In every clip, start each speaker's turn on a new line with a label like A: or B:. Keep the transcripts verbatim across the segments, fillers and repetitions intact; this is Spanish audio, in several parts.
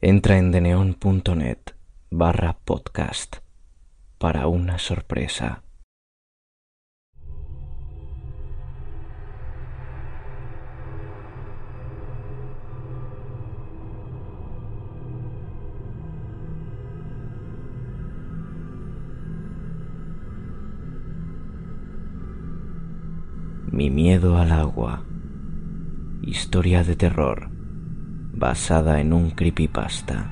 A: Entra en deneon.net barra podcast para una sorpresa. Mi miedo al agua. Historia de terror basada en un creepypasta.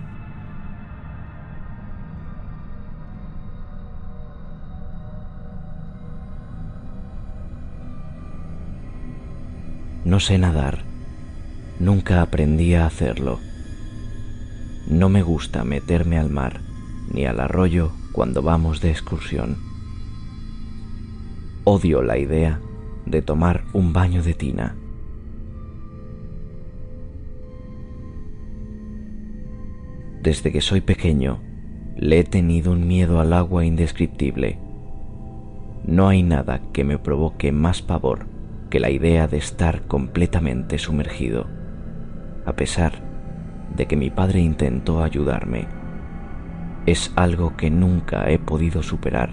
A: No sé nadar. Nunca aprendí a hacerlo. No me gusta meterme al mar ni al arroyo cuando vamos de excursión. Odio la idea de tomar un baño de tina. Desde que soy pequeño, le he tenido un miedo al agua indescriptible. No hay nada que me provoque más pavor que la idea de estar completamente sumergido, a pesar de que mi padre intentó ayudarme. Es algo que nunca he podido superar.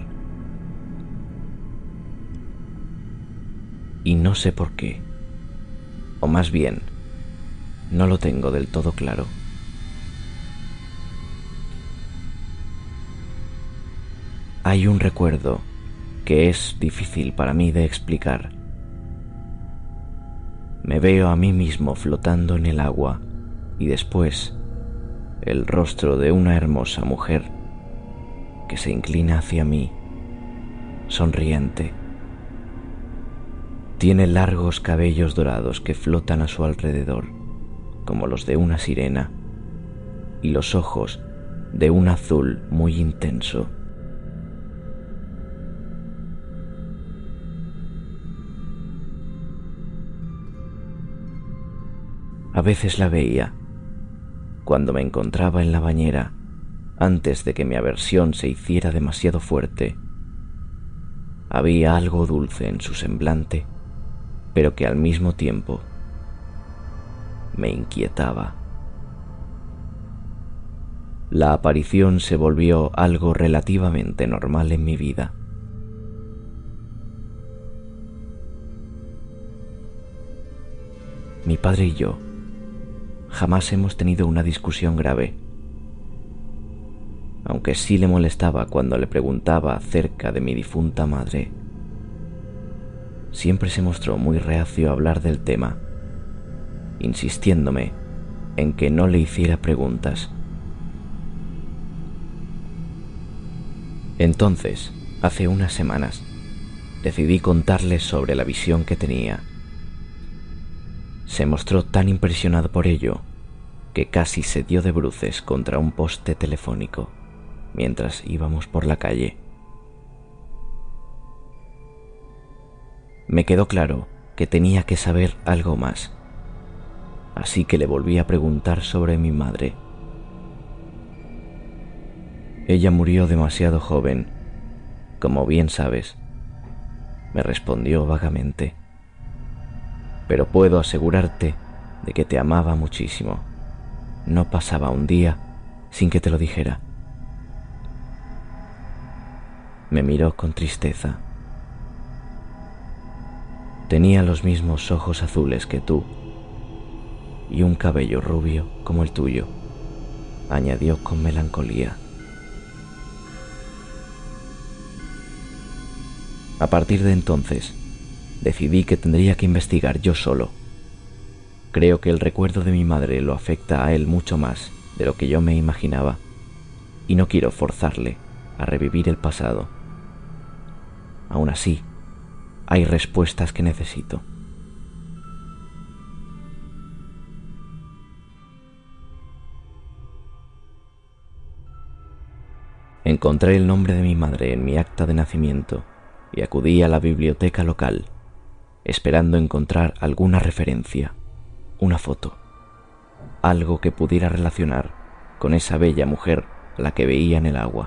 A: Y no sé por qué, o más bien, no lo tengo del todo claro. Hay un recuerdo que es difícil para mí de explicar. Me veo a mí mismo flotando en el agua y después el rostro de una hermosa mujer que se inclina hacia mí, sonriente. Tiene largos cabellos dorados que flotan a su alrededor, como los de una sirena, y los ojos de un azul muy intenso. A veces la veía cuando me encontraba en la bañera antes de que mi aversión se hiciera demasiado fuerte. Había algo dulce en su semblante, pero que al mismo tiempo me inquietaba. La aparición se volvió algo relativamente normal en mi vida. Mi padre y yo jamás hemos tenido una discusión grave, aunque sí le molestaba cuando le preguntaba acerca de mi difunta madre. Siempre se mostró muy reacio a hablar del tema, insistiéndome en que no le hiciera preguntas. Entonces, hace unas semanas, decidí contarle sobre la visión que tenía. Se mostró tan impresionado por ello que casi se dio de bruces contra un poste telefónico mientras íbamos por la calle. Me quedó claro que tenía que saber algo más, así que le volví a preguntar sobre mi madre. Ella murió demasiado joven, como bien sabes, me respondió vagamente. Pero puedo asegurarte de que te amaba muchísimo. No pasaba un día sin que te lo dijera. Me miró con tristeza. Tenía los mismos ojos azules que tú y un cabello rubio como el tuyo, añadió con melancolía. A partir de entonces, decidí que tendría que investigar yo solo. Creo que el recuerdo de mi madre lo afecta a él mucho más de lo que yo me imaginaba, y no quiero forzarle a revivir el pasado. Aún así, hay respuestas que necesito. Encontré el nombre de mi madre en mi acta de nacimiento y acudí a la biblioteca local, esperando encontrar alguna referencia, una foto, algo que pudiera relacionar con esa bella mujer a la que veía en el agua.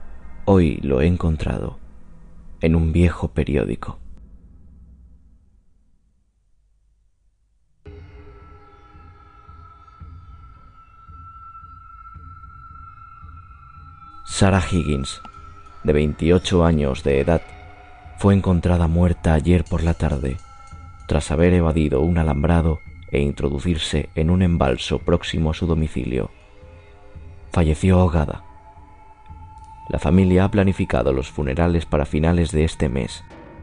A: Hoy lo he encontrado en un viejo periódico. Sarah Higgins, de veintiocho años de edad, fue encontrada muerta ayer por la tarde, tras haber evadido un alambrado e introducirse en un embalso próximo a su domicilio. Falleció ahogada. La familia ha planificado los funerales para finales de este mes.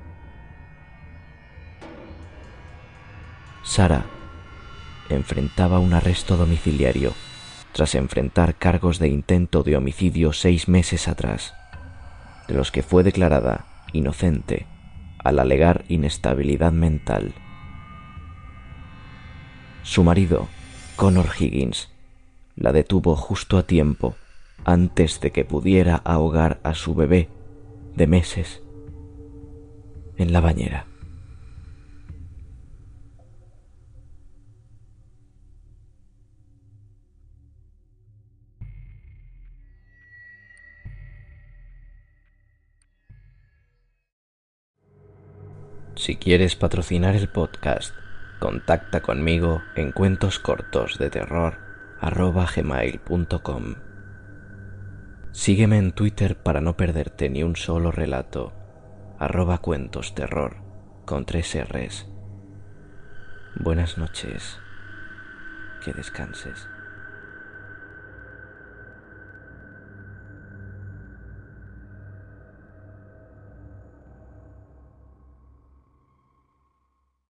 A: Sarah enfrentaba un arresto domiciliario tras enfrentar cargos de intento de homicidio seis meses atrás, de los que fue declarada inocente al alegar inestabilidad mental. Su marido, Connor Higgins, la detuvo justo a tiempo antes de que pudiera ahogar a su bebé de meses en la bañera. Si quieres patrocinar el podcast, contacta conmigo en cuentoscortosdeterror arroba gmail punto com. Sígueme en Twitter para no perderte ni un solo relato, arroba cuentosterror con tres R's. Buenas noches, que descanses.